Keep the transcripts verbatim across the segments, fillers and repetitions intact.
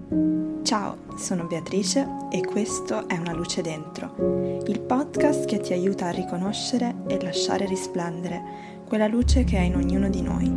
Ciao, sono Beatrice e questo è Una luce dentro, il podcast che ti aiuta a riconoscere e lasciare risplendere quella luce che è in ognuno di noi.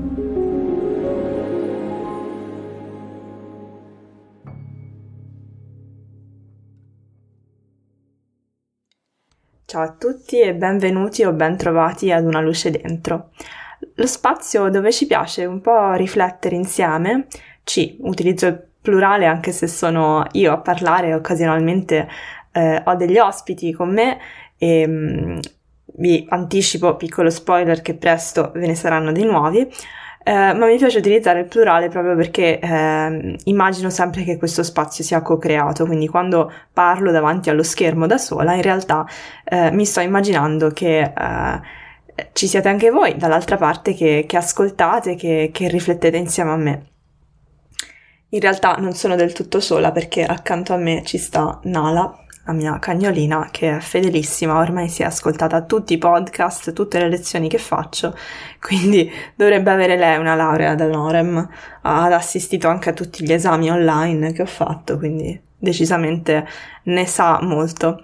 Ciao a tutti e benvenuti o bentrovati ad Una luce dentro, lo spazio dove ci piace un po' riflettere insieme. Ci utilizzo il plurale anche se sono io a parlare, occasionalmente eh, ho degli ospiti con me e mh, vi anticipo, piccolo spoiler, che presto ve ne saranno di nuovi, eh, ma mi piace utilizzare il plurale proprio perché eh, immagino sempre che questo spazio sia co-creato, quindi quando parlo davanti allo schermo da sola in realtà eh, mi sto immaginando che eh, ci siete anche voi dall'altra parte che, che ascoltate, che, che riflettete insieme a me. In realtà non sono del tutto sola perché accanto a me ci sta Nala, la mia cagnolina, che è fedelissima, ormai si è ascoltata tutti i podcast, tutte le lezioni che faccio, quindi dovrebbe avere lei una laurea ad honorem, ha assistito anche a tutti gli esami online che ho fatto, quindi decisamente ne sa molto.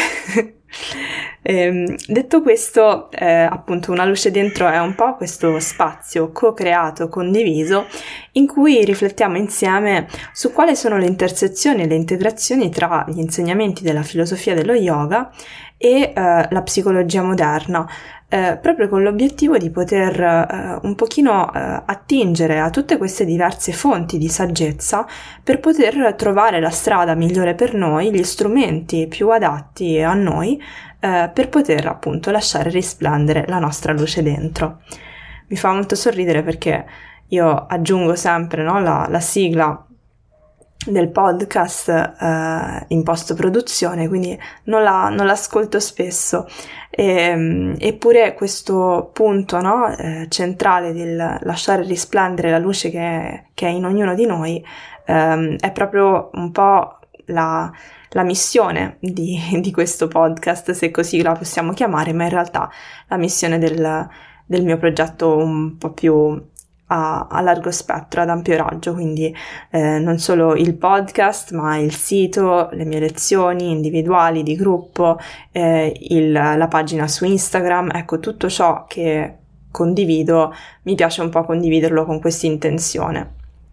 E, detto questo, eh, appunto Una luce dentro è un po' questo spazio co-creato, condiviso, in cui riflettiamo insieme su quali sono le intersezioni e le integrazioni tra gli insegnamenti della filosofia dello yoga e eh, la psicologia moderna, eh, proprio con l'obiettivo di poter eh, un pochino eh, attingere a tutte queste diverse fonti di saggezza per poter trovare la strada migliore per noi, gli strumenti più adatti a noi, eh, per poter appunto lasciare risplendere la nostra luce dentro. Mi fa molto sorridere perché io aggiungo sempre, no, la, la sigla del podcast eh, in post-produzione, quindi non, la, non l'ascolto spesso, e, eppure questo punto, no, eh, centrale del lasciare risplendere la luce che è, che è in ognuno di noi ehm, è proprio un po' la, la missione di, di questo podcast, se così la possiamo chiamare, ma in realtà la missione del, del mio progetto un po' più A, a largo spettro, ad ampio raggio, quindi eh, non solo il podcast, ma il sito, le mie lezioni individuali, di gruppo, eh, il, la pagina su Instagram, ecco, tutto ciò che condivido, mi piace un po' condividerlo con questa intenzione.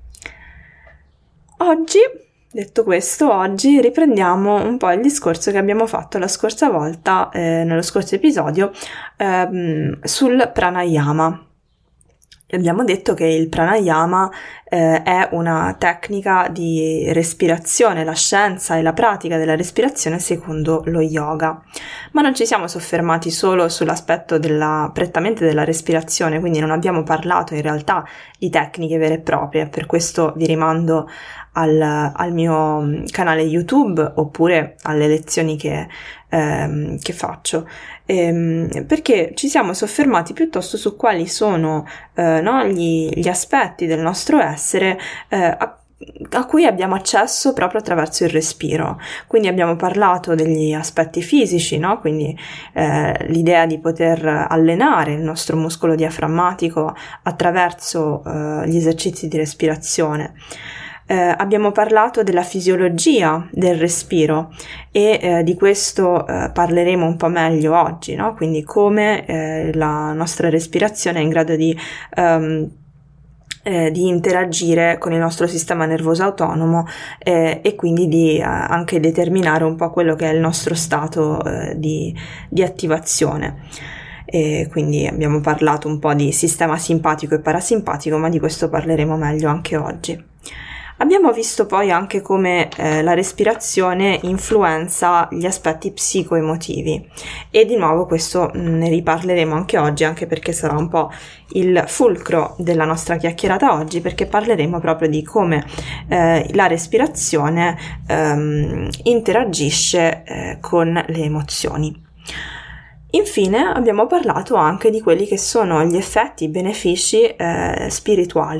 Oggi, detto questo, oggi riprendiamo un po' il discorso che abbiamo fatto la scorsa volta, eh, nello scorso episodio, ehm, sul pranayama. Abbiamo detto che il pranayama eh, è una tecnica di respirazione, la scienza e la pratica della respirazione secondo lo yoga, ma non ci siamo soffermati solo sull'aspetto della, prettamente della respirazione, quindi non abbiamo parlato in realtà di tecniche vere e proprie. Per questo vi rimando al, al mio canale YouTube oppure alle lezioni che, ehm, che faccio, ehm, perché ci siamo soffermati piuttosto su quali sono eh, no, gli, gli aspetti del nostro essere eh, a, a cui abbiamo accesso proprio attraverso il respiro. Quindi abbiamo parlato degli aspetti fisici, no? Quindi eh, l'idea di poter allenare il nostro muscolo diaframmatico attraverso eh, gli esercizi di respirazione. Eh, abbiamo parlato della fisiologia del respiro e eh, di questo eh, parleremo un po' meglio oggi, no? Quindi come eh, la nostra respirazione è in grado di, um, eh, di interagire con il nostro sistema nervoso autonomo eh, e quindi di eh, anche determinare un po' quello che è il nostro stato eh, di, di attivazione. E quindi abbiamo parlato un po' di sistema simpatico e parasimpatico, ma di questo parleremo meglio anche oggi. Abbiamo visto poi anche come eh, la respirazione influenza gli aspetti psicoemotivi e di nuovo questo ne riparleremo anche oggi, anche perché sarà un po' il fulcro della nostra chiacchierata oggi, perché parleremo proprio di come eh, la respirazione ehm, interagisce eh, con le emozioni. Infine abbiamo parlato anche di quelli che sono gli effetti, i benefici eh, spirituali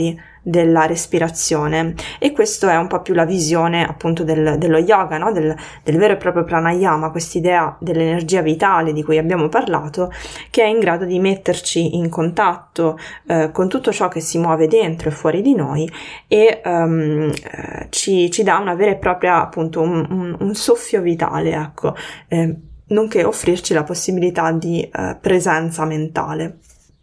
della respirazione, e questo è un po' più la visione appunto del, dello yoga, no? del, del vero e proprio pranayama, quest'idea dell'energia vitale di cui abbiamo parlato, che è in grado di metterci in contatto eh, con tutto ciò che si muove dentro e fuori di noi, e um, eh, ci, ci dà una vera e propria appunto un, un, un soffio vitale, ecco, eh, nonché offrirci la possibilità di eh, presenza mentale.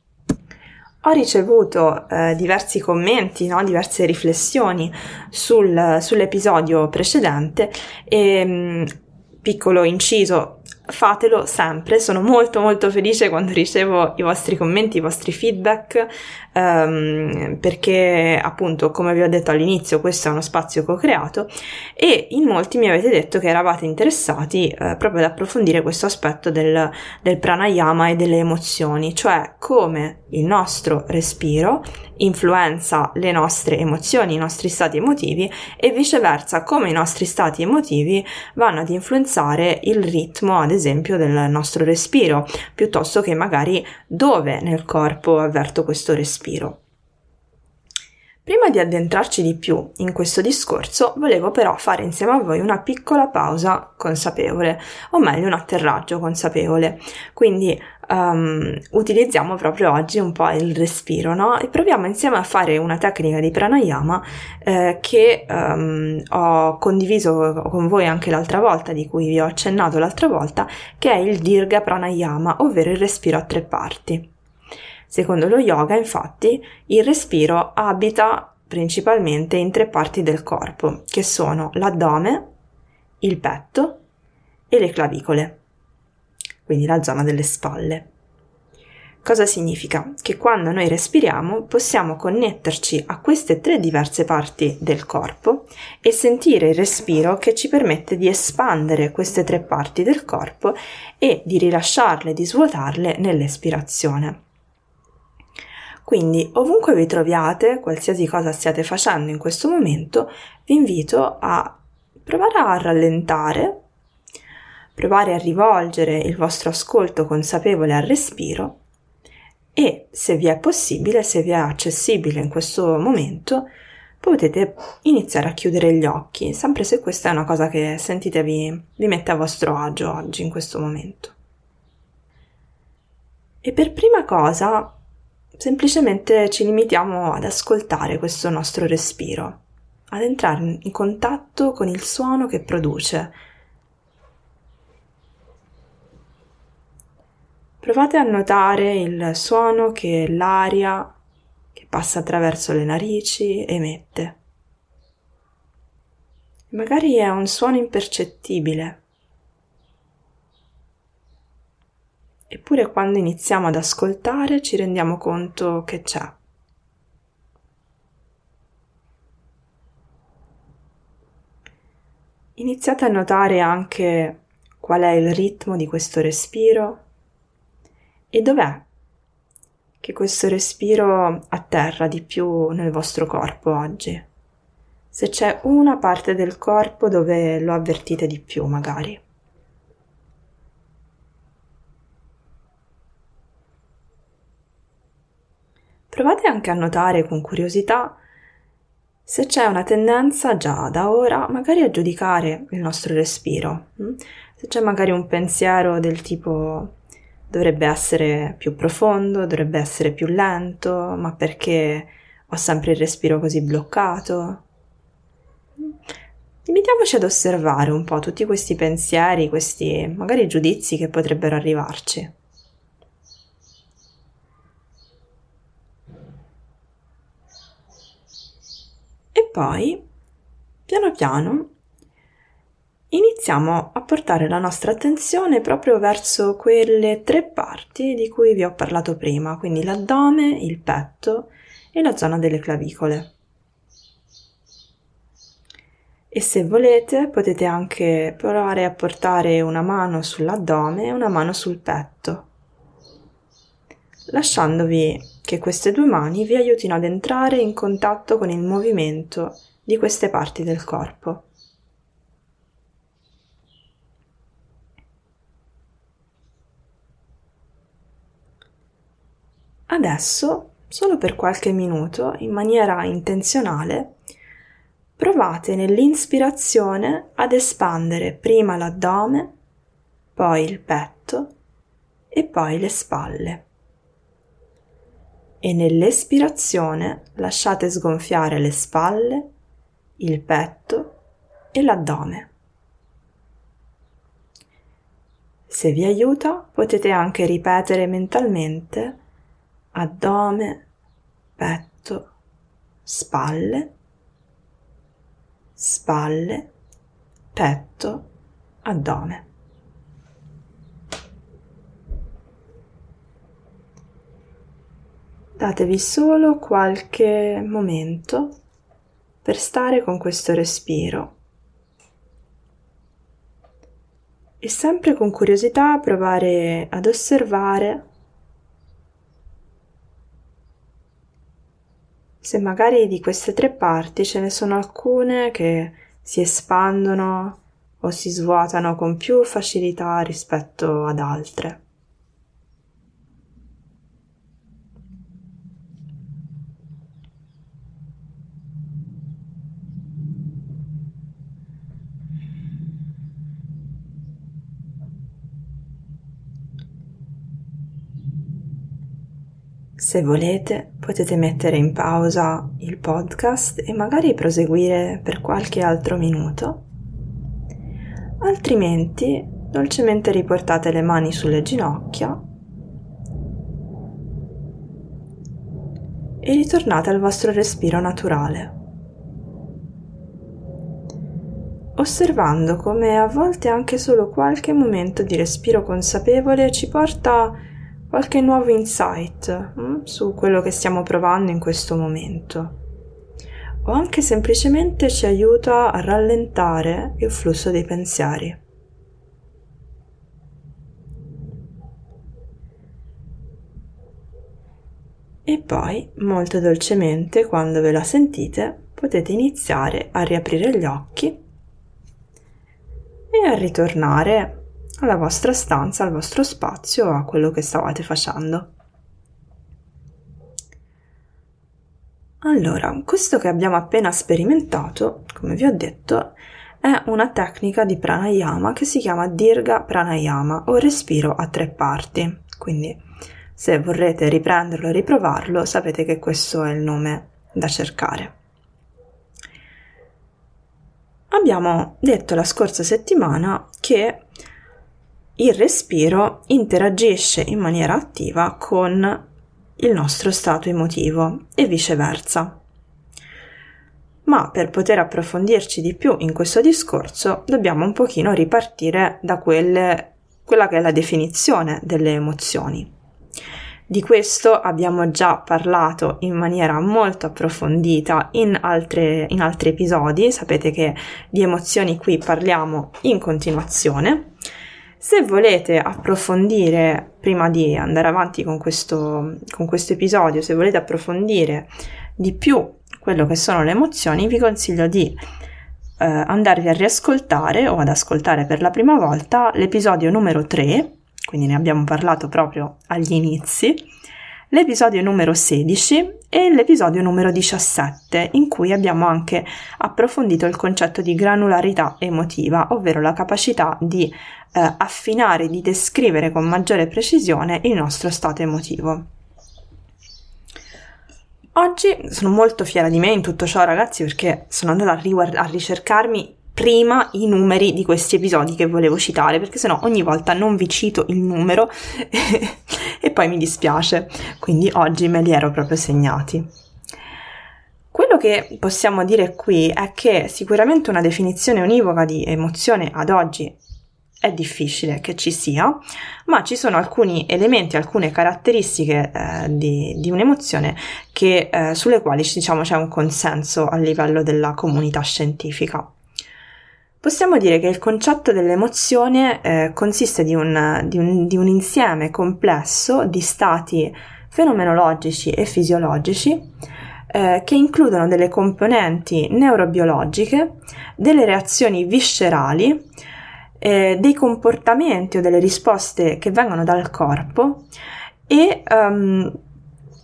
Ho ricevuto eh, diversi commenti, no? diverse riflessioni sul, sull'episodio precedente e mh, piccolo inciso, fatelo sempre, sono molto molto felice quando ricevo i vostri commenti, i vostri feedback, ehm, perché appunto, come vi ho detto all'inizio, questo è uno spazio co-creato e in molti mi avete detto che eravate interessati eh, proprio ad approfondire questo aspetto del, del pranayama e delle emozioni, cioè come il nostro respiro influenza le nostre emozioni, i nostri stati emotivi, e viceversa come i nostri stati emotivi vanno ad influenzare il ritmo, ad esempio, del nostro respiro, piuttosto che magari dove nel corpo avverto questo respiro. Prima di addentrarci di più in questo discorso, volevo però fare insieme a voi una piccola pausa consapevole, o meglio un atterraggio consapevole. Quindi um, utilizziamo proprio oggi un po' il respiro, no? E proviamo insieme a fare una tecnica di pranayama eh, che um, ho condiviso con voi anche l'altra volta, di cui vi ho accennato l'altra volta, che è il Dirga Pranayama, ovvero il respiro a tre parti. Secondo lo yoga, infatti, il respiro abita principalmente in tre parti del corpo, che sono l'addome, il petto e le clavicole, quindi la zona delle spalle. Cosa significa? Che quando noi respiriamo possiamo connetterci a queste tre diverse parti del corpo e sentire il respiro che ci permette di espandere queste tre parti del corpo e di rilasciarle, di svuotarle nell'espirazione. Quindi, ovunque vi troviate, qualsiasi cosa stiate facendo in questo momento, vi invito a provare a rallentare, provare a rivolgere il vostro ascolto consapevole al respiro e, se vi è possibile, se vi è accessibile in questo momento, potete iniziare a chiudere gli occhi, sempre se questa è una cosa che sentite vi, vi mette a vostro agio oggi, in questo momento. E per prima cosa, semplicemente ci limitiamo ad ascoltare questo nostro respiro, ad entrare in contatto con il suono che produce. Provate a notare il suono che l'aria che passa attraverso le narici emette. Magari è un suono impercettibile. Eppure quando iniziamo ad ascoltare ci rendiamo conto che c'è. Iniziate a notare anche qual è il ritmo di questo respiro e dov'è che questo respiro atterra di più nel vostro corpo oggi. Se c'è una parte del corpo dove lo avvertite di più, magari. Provate anche a notare con curiosità se c'è una tendenza già da ora magari a giudicare il nostro respiro, se c'è magari un pensiero del tipo dovrebbe essere più profondo, dovrebbe essere più lento, ma perché ho sempre il respiro così bloccato? Limitiamoci ad osservare un po' tutti questi pensieri, questi magari giudizi che potrebbero arrivarci. E poi, piano piano, iniziamo a portare la nostra attenzione proprio verso quelle tre parti di cui vi ho parlato prima, quindi l'addome, il petto e la zona delle clavicole. E se volete potete anche provare a portare una mano sull'addome e una mano sul petto, lasciandovi che queste due mani vi aiutino ad entrare in contatto con il movimento di queste parti del corpo. Adesso solo per qualche minuto, in maniera intenzionale, provate nell'inspirazione ad espandere prima l'addome, poi il petto e poi le spalle. E nell'espirazione lasciate sgonfiare le spalle, il petto e l'addome. Se vi aiuta, potete anche ripetere mentalmente addome, petto, spalle, spalle, petto, addome. Datevi solo qualche momento per stare con questo respiro e sempre con curiosità provare ad osservare se magari di queste tre parti ce ne sono alcune che si espandono o si svuotano con più facilità rispetto ad altre. Se volete, potete mettere in pausa il podcast e magari proseguire per qualche altro minuto. Altrimenti, dolcemente riportate le mani sulle ginocchia e ritornate al vostro respiro naturale, osservando come a volte anche solo qualche momento di respiro consapevole ci porta qualche nuovo insight hm, su quello che stiamo provando in questo momento, o anche semplicemente ci aiuta a rallentare il flusso dei pensieri. E poi, molto dolcemente, quando ve la sentite, potete iniziare a riaprire gli occhi e a ritornare alla vostra stanza, al vostro spazio, a quello che stavate facendo. Allora, questo che abbiamo appena sperimentato, come vi ho detto, è una tecnica di pranayama che si chiama Dirga Pranayama o respiro a tre parti. Quindi, se vorrete riprenderlo e riprovarlo, sapete che questo è il nome da cercare. Abbiamo detto la scorsa settimana che il respiro interagisce in maniera attiva con il nostro stato emotivo e viceversa. Ma per poter approfondirci di più in questo discorso dobbiamo un pochino ripartire da quelle, quella che è la definizione delle emozioni. Di questo abbiamo già parlato in maniera molto approfondita in, altre, in altri episodi. Sapete che di emozioni qui parliamo in continuazione. Se volete approfondire, prima di andare avanti con questo, con questo episodio, se volete approfondire di più quello che sono le emozioni, vi consiglio di eh, andarvi a riascoltare o ad ascoltare per la prima volta l'episodio numero tre, quindi ne abbiamo parlato proprio agli inizi, l'episodio numero sedici e l'episodio numero diciassette, in cui abbiamo anche approfondito il concetto di granularità emotiva, ovvero la capacità di eh, affinare, di descrivere con maggiore precisione il nostro stato emotivo. Oggi sono molto fiera di me in tutto ciò, ragazzi, perché sono andata a, riguard- a ricercarmi prima i numeri di questi episodi che volevo citare, perché sennò ogni volta non vi cito il numero e, e poi mi dispiace, quindi oggi me li ero proprio segnati. Quello che possiamo dire qui è che sicuramente una definizione univoca di emozione ad oggi è difficile che ci sia, ma ci sono alcuni elementi, alcune caratteristiche eh, di, di un'emozione che, eh, sulle quali diciamo c'è un consenso a livello della comunità scientifica. Possiamo dire che il concetto dell'emozione eh, consiste di un, di, un, di un insieme complesso di stati fenomenologici e fisiologici eh, che includono delle componenti neurobiologiche, delle reazioni viscerali, eh, dei comportamenti o delle risposte che vengono dal corpo e um,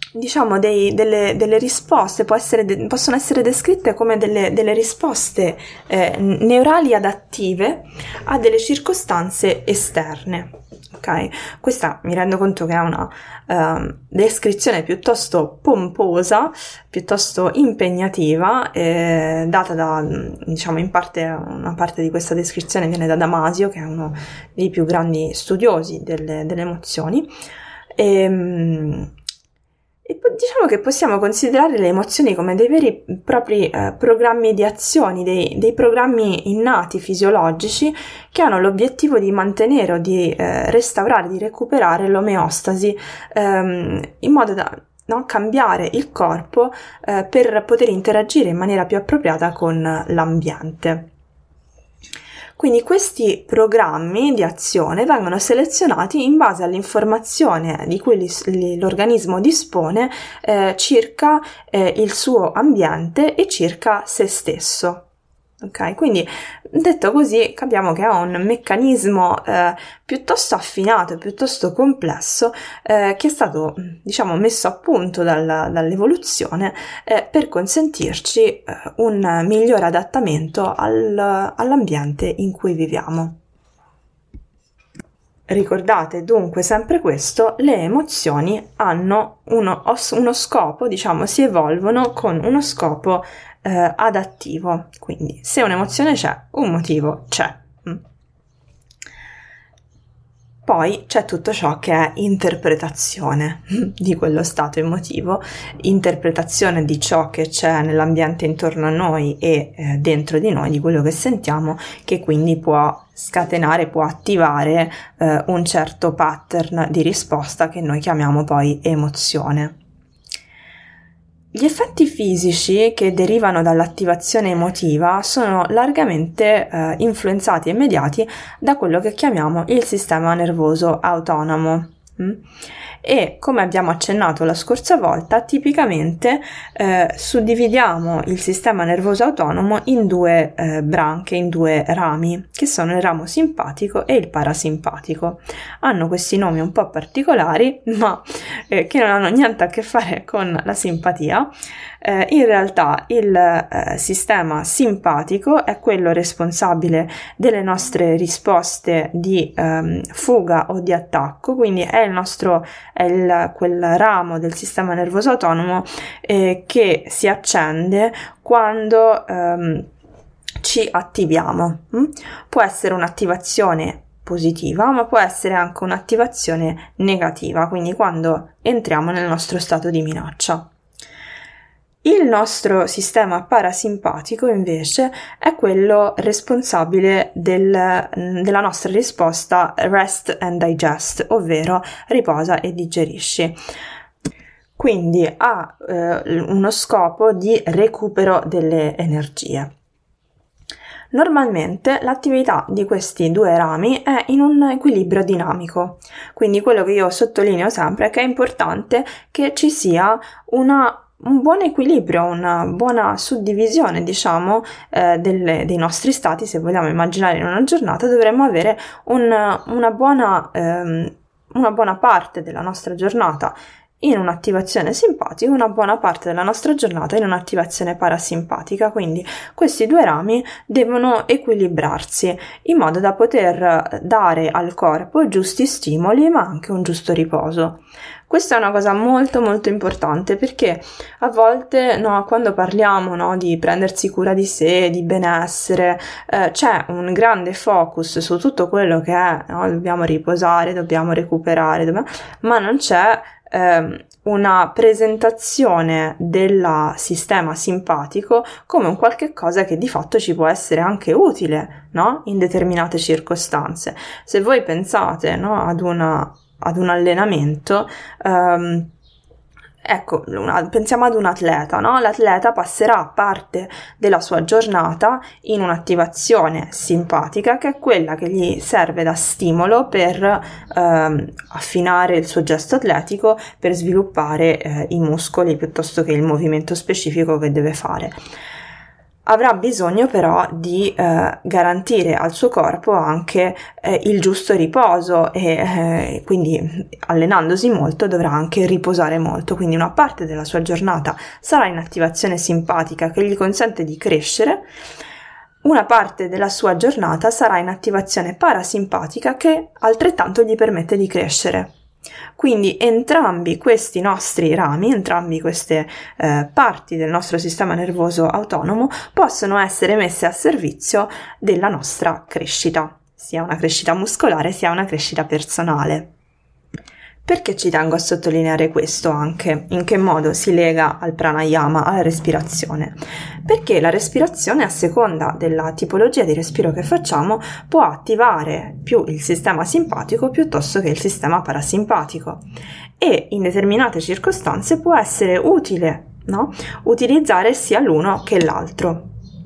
diciamo dei, delle, delle risposte, può essere de- possono essere descritte come delle, delle risposte eh, neurali adattive a delle circostanze esterne. Ok, questa mi rendo conto che è una uh, descrizione piuttosto pomposa, piuttosto impegnativa, eh, data da, diciamo, in parte, una parte di questa descrizione viene da Damasio, che è uno dei più grandi studiosi delle, delle emozioni. E, E diciamo che possiamo considerare le emozioni come dei veri e propri eh, programmi di azioni, dei, dei programmi innati fisiologici che hanno l'obiettivo di mantenere o di eh, restaurare, di recuperare l'omeostasi ehm, in modo da no, cambiare il corpo eh, per poter interagire in maniera più appropriata con l'ambiente. Quindi questi programmi di azione vengono selezionati in base all'informazione di cui l'organismo dispone eh, circa eh, il suo ambiente e circa se stesso. Ok, quindi detto così capiamo che è un meccanismo eh, piuttosto affinato e piuttosto complesso eh, che è stato, diciamo, messo a punto dal, dall'evoluzione eh, per consentirci eh, un migliore adattamento al, all'ambiente in cui viviamo. Ricordate dunque sempre questo: le emozioni hanno uno, uno scopo, diciamo, si evolvono con uno scopo eh, adattivo. Quindi se un'emozione c'è, un motivo c'è. Poi c'è tutto ciò che è interpretazione di quello stato emotivo, interpretazione di ciò che c'è nell'ambiente intorno a noi e eh, dentro di noi, di quello che sentiamo, che quindi può scatenare, può attivare eh, un certo pattern di risposta che noi chiamiamo poi emozione. Gli effetti fisici che derivano dall'attivazione emotiva sono largamente eh, influenzati e mediati da quello che chiamiamo il sistema nervoso autonomo. Mm? E come abbiamo accennato la scorsa volta, tipicamente eh, suddividiamo il sistema nervoso autonomo in due eh, branche, in due rami, che sono il ramo simpatico e il parasimpatico. Hanno questi nomi un po' particolari, ma eh, che non hanno niente a che fare con la simpatia. Eh, in realtà il eh, sistema simpatico è quello responsabile delle nostre risposte di ehm, fuga o di attacco, quindi è il nostro è il, quel ramo del sistema nervoso autonomo eh, che si accende quando ehm, ci attiviamo. Mm? Può essere un'attivazione positiva, ma può essere anche un'attivazione negativa, quindi quando entriamo nel nostro stato di minaccia. Il nostro sistema parasimpatico invece è quello responsabile del, della nostra risposta rest and digest, ovvero riposa e digerisci. Quindi ha eh, uno scopo di recupero delle energie. Normalmente l'attività di questi due rami è in un equilibrio dinamico, quindi quello che io sottolineo sempre è che è importante che ci sia una un buon equilibrio, una buona suddivisione, diciamo, eh, delle, dei nostri stati. Se vogliamo immaginare in una giornata, dovremmo avere un, una, buona, ehm, una buona parte della nostra giornata in un'attivazione simpatica, una buona parte della nostra giornata in un'attivazione parasimpatica. Quindi questi due rami devono equilibrarsi in modo da poter dare al corpo giusti stimoli ma anche un giusto riposo. Questa è una cosa molto molto importante, perché a volte, no, quando parliamo, no, di prendersi cura di sé, di benessere, eh, c'è un grande focus su tutto quello che è, no, dobbiamo riposare, dobbiamo recuperare, dobbiamo... ma non c'è eh, una presentazione del sistema simpatico come un qualche cosa che di fatto ci può essere anche utile, no, in determinate circostanze. Se voi pensate, no, ad una ad un allenamento, um, ecco, una, pensiamo ad un atleta, no? L'atleta passerà parte della sua giornata in un'attivazione simpatica, che è quella che gli serve da stimolo per um, affinare il suo gesto atletico, per sviluppare eh, i muscoli piuttosto che il movimento specifico che deve fare. avrà bisogno però di eh, garantire al suo corpo anche eh, il giusto riposo e eh, quindi allenandosi molto dovrà anche riposare molto, quindi una parte della sua giornata sarà in attivazione simpatica che gli consente di crescere, una parte della sua giornata sarà in attivazione parasimpatica che altrettanto gli permette di crescere. Quindi entrambi questi nostri rami, entrambi queste eh, parti del nostro sistema nervoso autonomo possono essere messe a servizio della nostra crescita, sia una crescita muscolare sia una crescita personale. Perché ci tengo a sottolineare questo anche? In che modo si lega al pranayama, alla respirazione? Perché la respirazione, a seconda della tipologia di respiro che facciamo, può attivare più il sistema simpatico piuttosto che il sistema parasimpatico e in determinate circostanze può essere utile, no? Utilizzare sia l'uno che l'altro.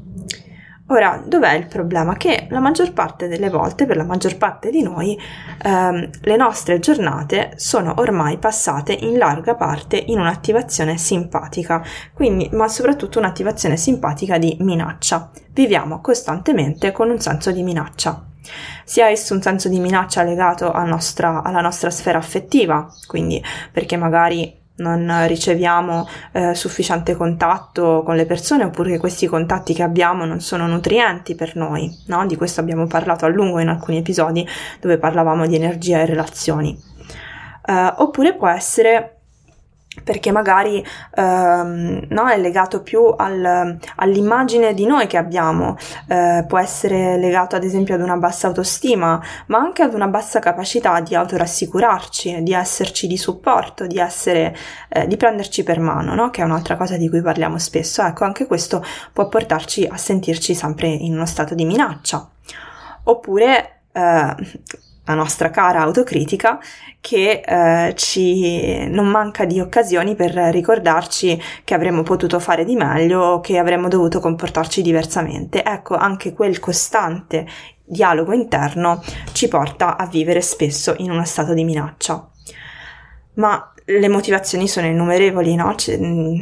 Ora, dov'è il problema? Che la maggior parte delle volte, per la maggior parte di noi, ehm, le nostre giornate sono ormai passate in larga parte in un'attivazione simpatica, quindi, ma soprattutto un'attivazione simpatica di minaccia. Viviamo costantemente con un senso di minaccia. Sia esso un senso di minaccia legato a nostra, alla nostra sfera affettiva, quindi perché magari non riceviamo eh, sufficiente contatto con le persone oppure che questi contatti che abbiamo non sono nutrienti per noi, no? Di questo abbiamo parlato a lungo in alcuni episodi dove parlavamo di energia e relazioni. Eh, oppure può essere perché magari ehm, no, è legato più al, all'immagine di noi che abbiamo, eh, può essere legato ad esempio ad una bassa autostima, ma anche ad una bassa capacità di autorassicurarci, di esserci di supporto, di essere, eh, di prenderci per mano, no? Che è un'altra cosa di cui parliamo spesso. Ecco, anche questo può portarci a sentirci sempre in uno stato di minaccia. Oppure eh, la nostra cara autocritica che eh, ci non manca di occasioni per ricordarci che avremmo potuto fare di meglio, che avremmo dovuto comportarci diversamente. Ecco, anche quel costante dialogo interno ci porta a vivere spesso in uno stato di minaccia. Ma le motivazioni sono innumerevoli, no? C'è,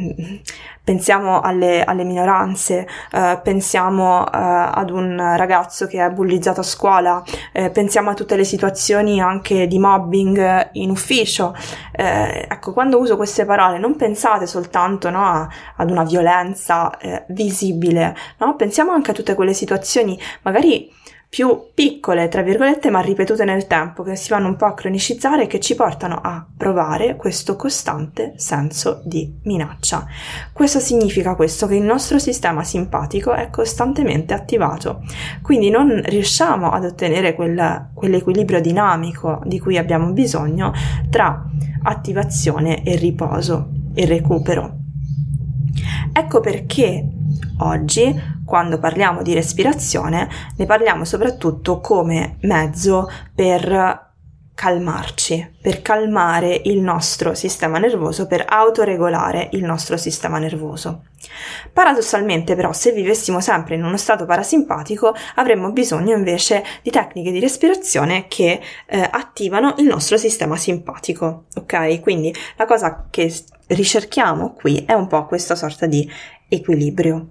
pensiamo alle, alle minoranze, eh, pensiamo eh, ad un ragazzo che è bullizzato a scuola, eh, pensiamo a tutte le situazioni anche di mobbing in ufficio. Eh, ecco, quando uso queste parole non pensate soltanto, no, a, ad una violenza eh, visibile, no? Pensiamo anche a tutte quelle situazioni magari più piccole, tra virgolette, ma ripetute nel tempo, che si vanno un po' a cronicizzare e che ci portano a provare questo costante senso di minaccia. Questo significa questo, che il nostro sistema simpatico è costantemente attivato, quindi non riusciamo ad ottenere quel, quell'equilibrio dinamico di cui abbiamo bisogno tra attivazione e riposo e recupero. Ecco perché oggi, quando parliamo di respirazione, ne parliamo soprattutto come mezzo per calmarci, per calmare il nostro sistema nervoso, per autoregolare il nostro sistema nervoso. Paradossalmente però, se vivessimo sempre in uno stato parasimpatico, avremmo bisogno invece di tecniche di respirazione che eh, attivano il nostro sistema simpatico, ok? Quindi la cosa che ricerchiamo qui è un po' questa sorta di equilibrio.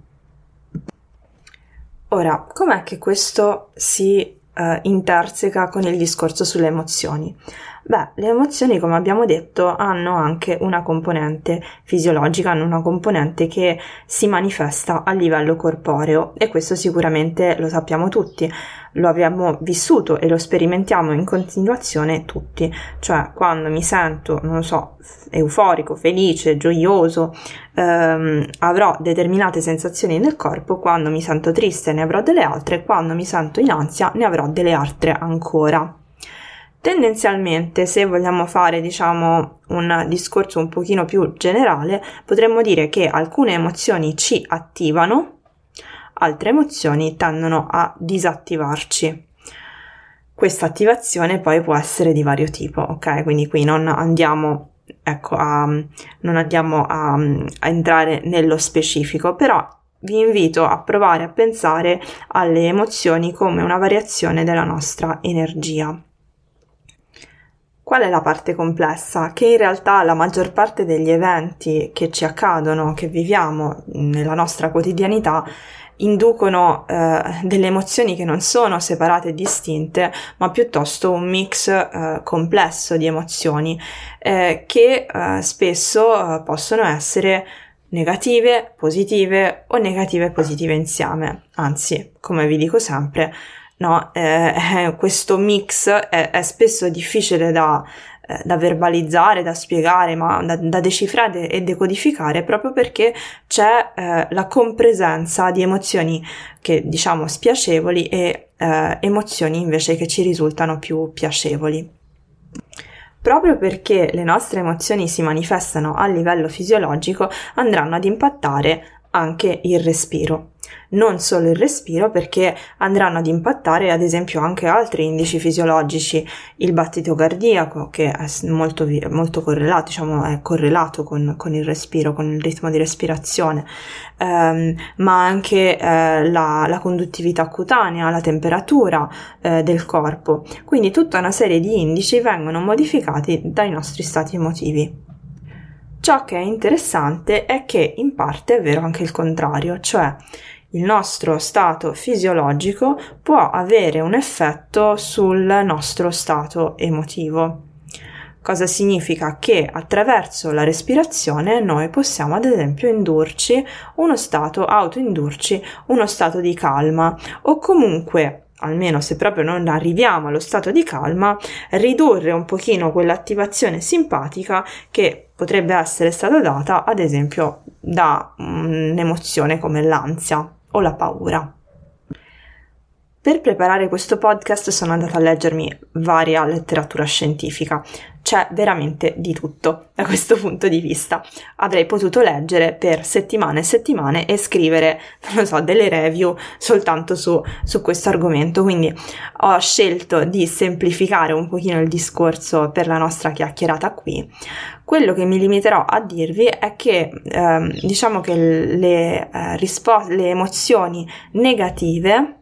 Ora, com'è che questo si uh, interseca con il discorso sulle emozioni? Beh, le emozioni, come abbiamo detto, hanno anche una componente fisiologica, hanno una componente che si manifesta a livello corporeo e questo sicuramente lo sappiamo tutti, lo abbiamo vissuto e lo sperimentiamo in continuazione tutti, cioè quando mi sento, non lo so, euforico, felice, gioioso, ehm, avrò determinate sensazioni nel corpo, quando mi sento triste ne avrò delle altre, quando mi sento in ansia ne avrò delle altre ancora. Tendenzialmente, se vogliamo fare, diciamo, un discorso un pochino più generale, potremmo dire che alcune emozioni ci attivano, altre emozioni tendono a disattivarci. Questa attivazione poi può essere di vario tipo, ok? Quindi qui non andiamo, ecco, a, non andiamo a, a entrare nello specifico, però vi invito a provare a pensare alle emozioni come una variazione della nostra energia. Qual è la parte complessa? Che in realtà la maggior parte degli eventi che ci accadono, che viviamo nella nostra quotidianità, inducono eh, delle emozioni che non sono separate e distinte, ma piuttosto un mix eh, complesso di emozioni eh, che eh, spesso eh, possono essere negative, positive o negative e positive insieme. Anzi, come vi dico sempre, no, eh, questo mix è, è spesso difficile da, eh, da verbalizzare, da spiegare, ma da, da decifrare e decodificare, proprio perché c'è eh, la compresenza di emozioni che diciamo spiacevoli e eh, emozioni invece che ci risultano più piacevoli. Proprio perché le nostre emozioni si manifestano a livello fisiologico, andranno ad impattare anche il respiro. Non solo il respiro, perché andranno ad impattare ad esempio anche altri indici fisiologici, il battito cardiaco, che è molto, molto correlato, diciamo è correlato con, con il respiro, con il ritmo di respirazione, ehm, ma anche eh, la, la conduttività cutanea, la temperatura eh, del corpo. Quindi tutta una serie di indici vengono modificati dai nostri stati emotivi. Ciò che è interessante è che in parte è vero anche il contrario, cioè il nostro stato fisiologico può avere un effetto sul nostro stato emotivo. Cosa significa? Che attraverso la respirazione noi possiamo ad esempio indurci uno stato, autoindurci uno stato di calma, o comunque, almeno se proprio non arriviamo allo stato di calma, ridurre un pochino quell'attivazione simpatica che potrebbe essere stata data ad esempio da un'emozione come l'ansia o la paura. Per preparare questo podcast sono andata a leggermi varia letteratura scientifica. C'è veramente di tutto da questo punto di vista. Avrei potuto leggere per settimane e settimane e scrivere, non lo so, delle review soltanto su, su questo argomento, quindi ho scelto di semplificare un pochino il discorso per la nostra chiacchierata qui. Quello che mi limiterò a dirvi è che ehm, diciamo che le, eh, rispo- le emozioni negative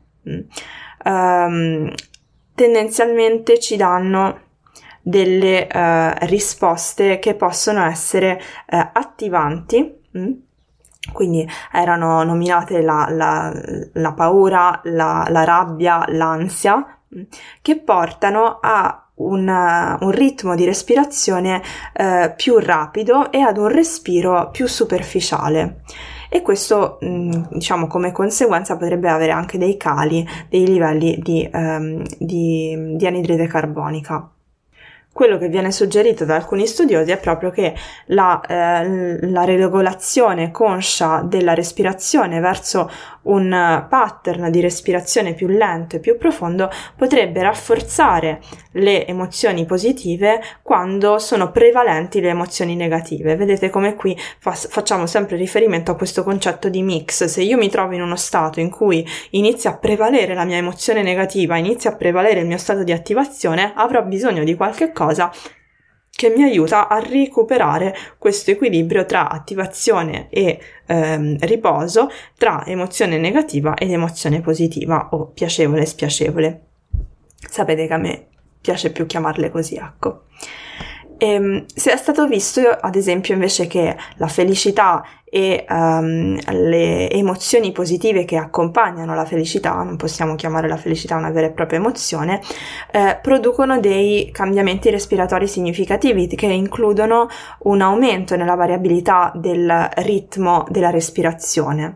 Um, tendenzialmente ci danno delle uh, risposte che possono essere uh, attivanti, mm? Quindi erano nominate la, la, la paura, la, la rabbia, l'ansia, mm? Che portano a un, uh, un ritmo di respirazione uh, più rapido e ad un respiro più superficiale. E questo, diciamo, come conseguenza potrebbe avere anche dei cali dei livelli di, um, di, di anidride carbonica. Quello che viene suggerito da alcuni studiosi è proprio che la, eh, la regolazione conscia della respirazione verso un pattern di respirazione più lento e più profondo potrebbe rafforzare le emozioni positive quando sono prevalenti le emozioni negative. Vedete come qui fa- facciamo sempre riferimento a questo concetto di mix. Se io mi trovo in uno stato in cui inizia a prevalere la mia emozione negativa, inizia a prevalere il mio stato di attivazione, avrò bisogno di qualche cosa che mi aiuta a recuperare questo equilibrio tra attivazione e ehm, riposo, tra emozione negativa ed emozione positiva o piacevole e spiacevole. Sapete che a me piace più chiamarle così, ecco. E, se è stato visto ad esempio invece che la felicità e um, le emozioni positive che accompagnano la felicità, non possiamo chiamare la felicità una vera e propria emozione, eh, producono dei cambiamenti respiratori significativi che includono un aumento nella variabilità del ritmo della respirazione.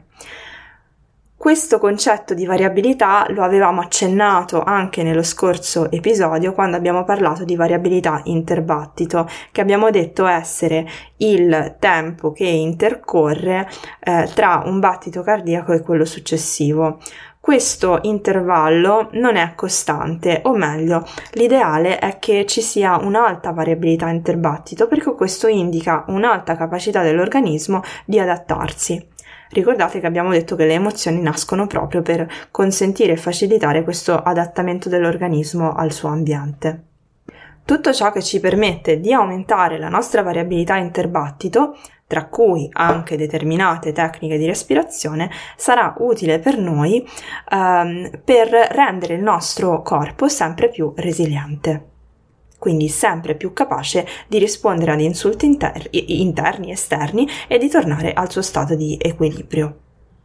Questo concetto di variabilità lo avevamo accennato anche nello scorso episodio quando abbiamo parlato di variabilità interbattito, che abbiamo detto essere il tempo che intercorre eh, tra un battito cardiaco e quello successivo. Questo intervallo non è costante, o meglio, l'ideale è che ci sia un'alta variabilità interbattito perché questo indica un'alta capacità dell'organismo di adattarsi. Ricordate che abbiamo detto che le emozioni nascono proprio per consentire e facilitare questo adattamento dell'organismo al suo ambiente. Tutto ciò che ci permette di aumentare la nostra variabilità interbattito, tra cui anche determinate tecniche di respirazione, sarà utile per noi ehm, per rendere il nostro corpo sempre più resiliente. Quindi sempre più capace di rispondere ad insulti inter- interni, esterni e di tornare al suo stato di equilibrio.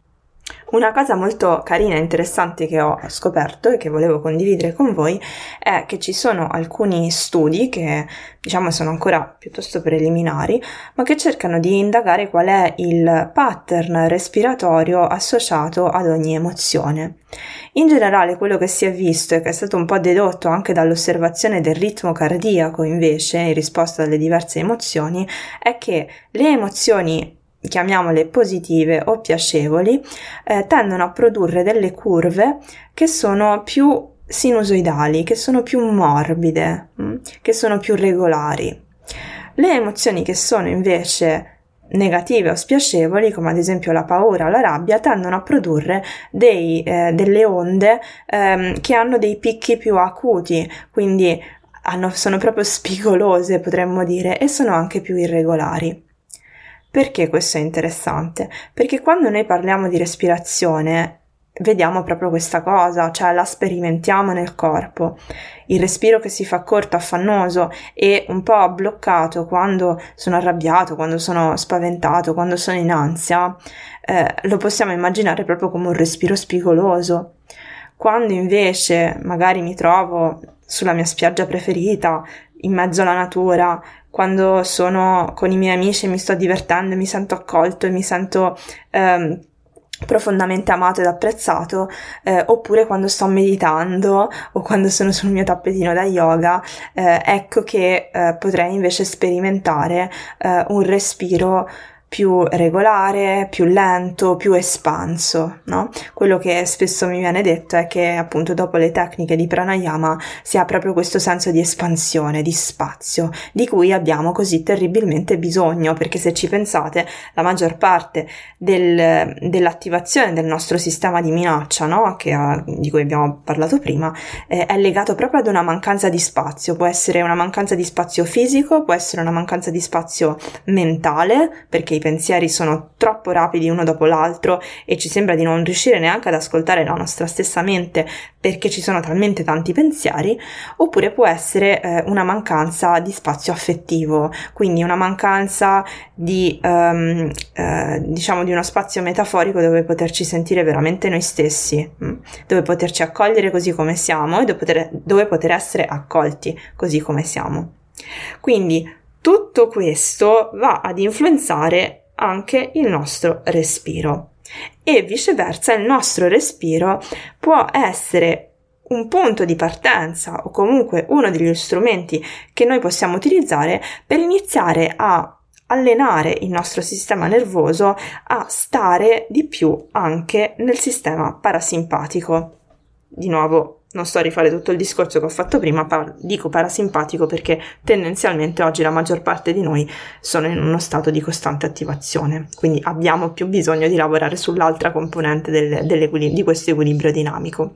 Una cosa molto carina e interessante che ho scoperto e che volevo condividere con voi è che ci sono alcuni studi che, diciamo, sono ancora piuttosto preliminari, ma che cercano di indagare qual è il pattern respiratorio associato ad ogni emozione. In generale, quello che si è visto e che è stato un po' dedotto anche dall'osservazione del ritmo cardiaco, invece, in risposta alle diverse emozioni, è che le emozioni, chiamiamole positive o piacevoli, eh, tendono a produrre delle curve che sono più sinusoidali, che sono più morbide, mh? che sono più regolari. Le emozioni che sono invece negative o spiacevoli, come ad esempio la paura o la rabbia, tendono a produrre dei, eh, delle onde ehm, che hanno dei picchi più acuti, quindi hanno, sono proprio spigolose, potremmo dire, e sono anche più irregolari. Perché questo è interessante? Perché quando noi parliamo di respirazione vediamo proprio questa cosa, cioè la sperimentiamo nel corpo. Il respiro che si fa corto, affannoso e un po' bloccato quando sono arrabbiato, quando sono spaventato, quando sono in ansia, eh, lo possiamo immaginare proprio come un respiro spigoloso. Quando invece magari mi trovo sulla mia spiaggia preferita, in mezzo alla natura, quando sono con i miei amici e mi sto divertendo e mi sento accolto e mi sento ehm, profondamente amato ed apprezzato, eh, oppure quando sto meditando o quando sono sul mio tappetino da yoga, eh, ecco che eh, potrei invece sperimentare eh, un respiro più regolare, più lento, più espanso, no? Quello che spesso mi viene detto è che appunto dopo le tecniche di pranayama si ha proprio questo senso di espansione, di spazio, di cui abbiamo così terribilmente bisogno, perché se ci pensate la maggior parte del, dell'attivazione del nostro sistema di minaccia, no? Che ha, di cui abbiamo parlato prima, eh, è legato proprio ad una mancanza di spazio. Può essere una mancanza di spazio fisico, può essere una mancanza di spazio mentale, perché i pensieri sono troppo rapidi uno dopo l'altro e ci sembra di non riuscire neanche ad ascoltare la nostra stessa mente perché ci sono talmente tanti pensieri, oppure può essere eh, una mancanza di spazio affettivo, quindi una mancanza di um, eh, diciamo di uno spazio metaforico dove poterci sentire veramente noi stessi, mh? dove poterci accogliere così come siamo e dove poter, dove poter essere accolti così come siamo. Quindi tutto questo va ad influenzare anche il nostro respiro e viceversa il nostro respiro può essere un punto di partenza o comunque uno degli strumenti che noi possiamo utilizzare per iniziare a allenare il nostro sistema nervoso a stare di più anche nel sistema parasimpatico. Di nuovo, non sto a rifare tutto il discorso che ho fatto prima, par- dico parasimpatico perché tendenzialmente oggi la maggior parte di noi sono in uno stato di costante attivazione, quindi abbiamo più bisogno di lavorare sull'altra componente del, di questo equilibrio dinamico.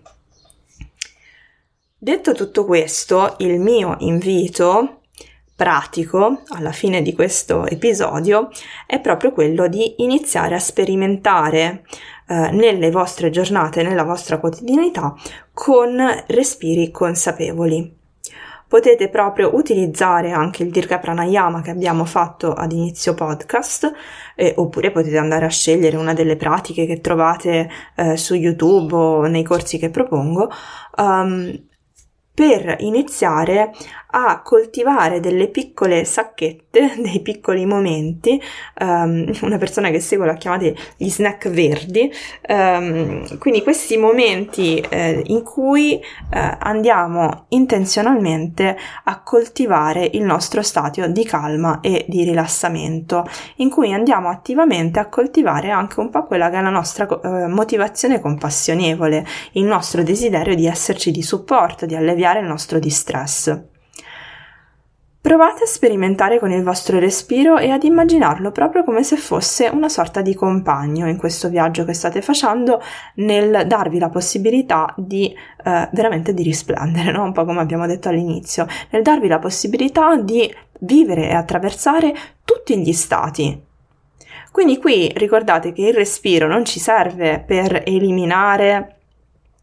Detto tutto questo, il mio invito pratico alla fine di questo episodio è proprio quello di iniziare a sperimentare eh, nelle vostre giornate, nella vostra quotidianità, con respiri consapevoli. Potete proprio utilizzare anche il Dirga Pranayama che abbiamo fatto ad inizio podcast, eh, oppure potete andare a scegliere una delle pratiche che trovate eh, su YouTube o nei corsi che propongo, um, per iniziare a coltivare delle piccole sacchette, dei piccoli momenti. Um, una persona che seguo l'ha chiamati gli snack verdi, um, quindi questi momenti eh, in cui eh, andiamo intenzionalmente a coltivare il nostro stato di calma e di rilassamento, in cui andiamo attivamente a coltivare anche un po' quella che è la nostra eh, motivazione compassionevole, il nostro desiderio di esserci di supporto, di alleviare il nostro distress. Provate a sperimentare con il vostro respiro e ad immaginarlo proprio come se fosse una sorta di compagno in questo viaggio che state facendo, nel darvi la possibilità di eh, veramente di risplendere, no? Un po' come abbiamo detto all'inizio, nel darvi la possibilità di vivere e attraversare tutti gli stati. Quindi qui ricordate che il respiro non ci serve per eliminare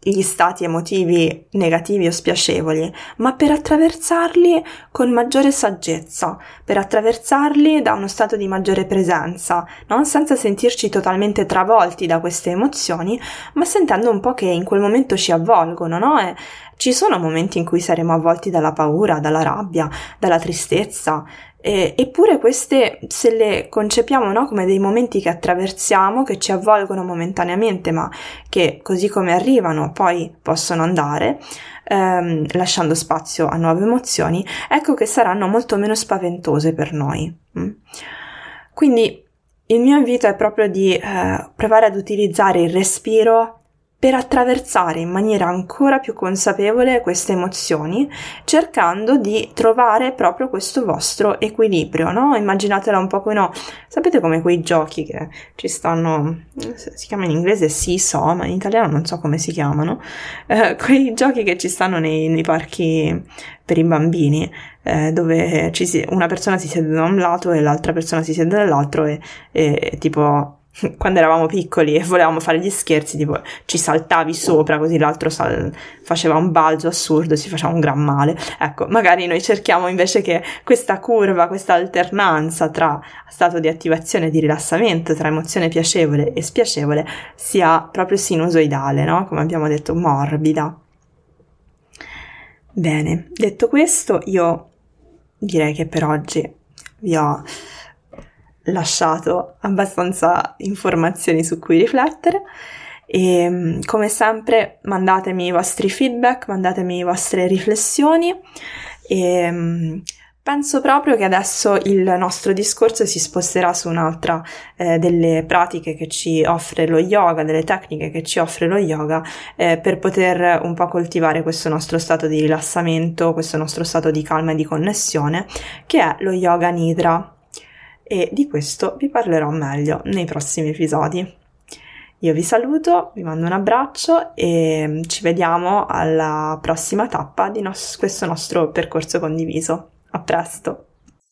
gli stati emotivi negativi o spiacevoli, ma per attraversarli con maggiore saggezza, per attraversarli da uno stato di maggiore presenza, no? Senza sentirci totalmente travolti da queste emozioni, ma sentendo un po' che in quel momento ci avvolgono, no? E ci sono momenti in cui saremo avvolti dalla paura, dalla rabbia, dalla tristezza, e, eppure queste, se le concepiamo, no, come dei momenti che attraversiamo, che ci avvolgono momentaneamente, ma che così come arrivano poi possono andare, ehm, lasciando spazio a nuove emozioni, ecco che saranno molto meno spaventose per noi. Mm? Quindi il mio invito è proprio di eh, provare ad utilizzare il respiro per attraversare in maniera ancora più consapevole queste emozioni, cercando di trovare proprio questo vostro equilibrio, no? Immaginatela un po' come, no, sapete come quei giochi che ci stanno, si chiama in inglese seesaw, ma in italiano non so come si chiamano, eh, quei giochi che ci stanno nei, nei parchi per i bambini, eh, dove ci si, una persona si siede da un lato e l'altra persona si siede dall'altro e, e tipo... quando eravamo piccoli e volevamo fare gli scherzi, tipo ci saltavi sopra così l'altro sal- faceva un balzo assurdo, si faceva un gran male. Ecco, magari noi cerchiamo invece che questa curva, questa alternanza tra stato di attivazione e di rilassamento, tra emozione piacevole e spiacevole, sia proprio sinusoidale, no? Come abbiamo detto, morbida. Bene, detto questo, io direi che per oggi vi ho lasciato abbastanza informazioni su cui riflettere e come sempre mandatemi i vostri feedback, mandatemi le vostre riflessioni e penso proprio che adesso il nostro discorso si sposterà su un'altra eh, delle pratiche che ci offre lo yoga, delle tecniche che ci offre lo yoga eh, per poter un po' coltivare questo nostro stato di rilassamento, questo nostro stato di calma e di connessione, che è lo yoga nidra. E di questo vi parlerò meglio nei prossimi episodi. Io vi saluto, vi mando un abbraccio e ci vediamo alla prossima tappa di nos- questo nostro percorso condiviso. A presto!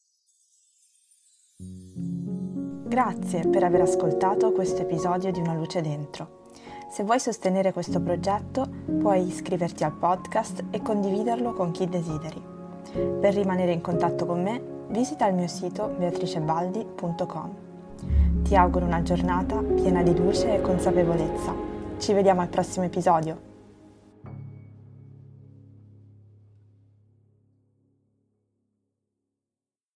Grazie per aver ascoltato questo episodio di Una luce dentro. Se vuoi sostenere questo progetto, puoi iscriverti al podcast e condividerlo con chi desideri. Per rimanere in contatto con me, visita il mio sito beatricebaldi punto com. Ti auguro una giornata piena di luce e consapevolezza. Ci vediamo al prossimo episodio.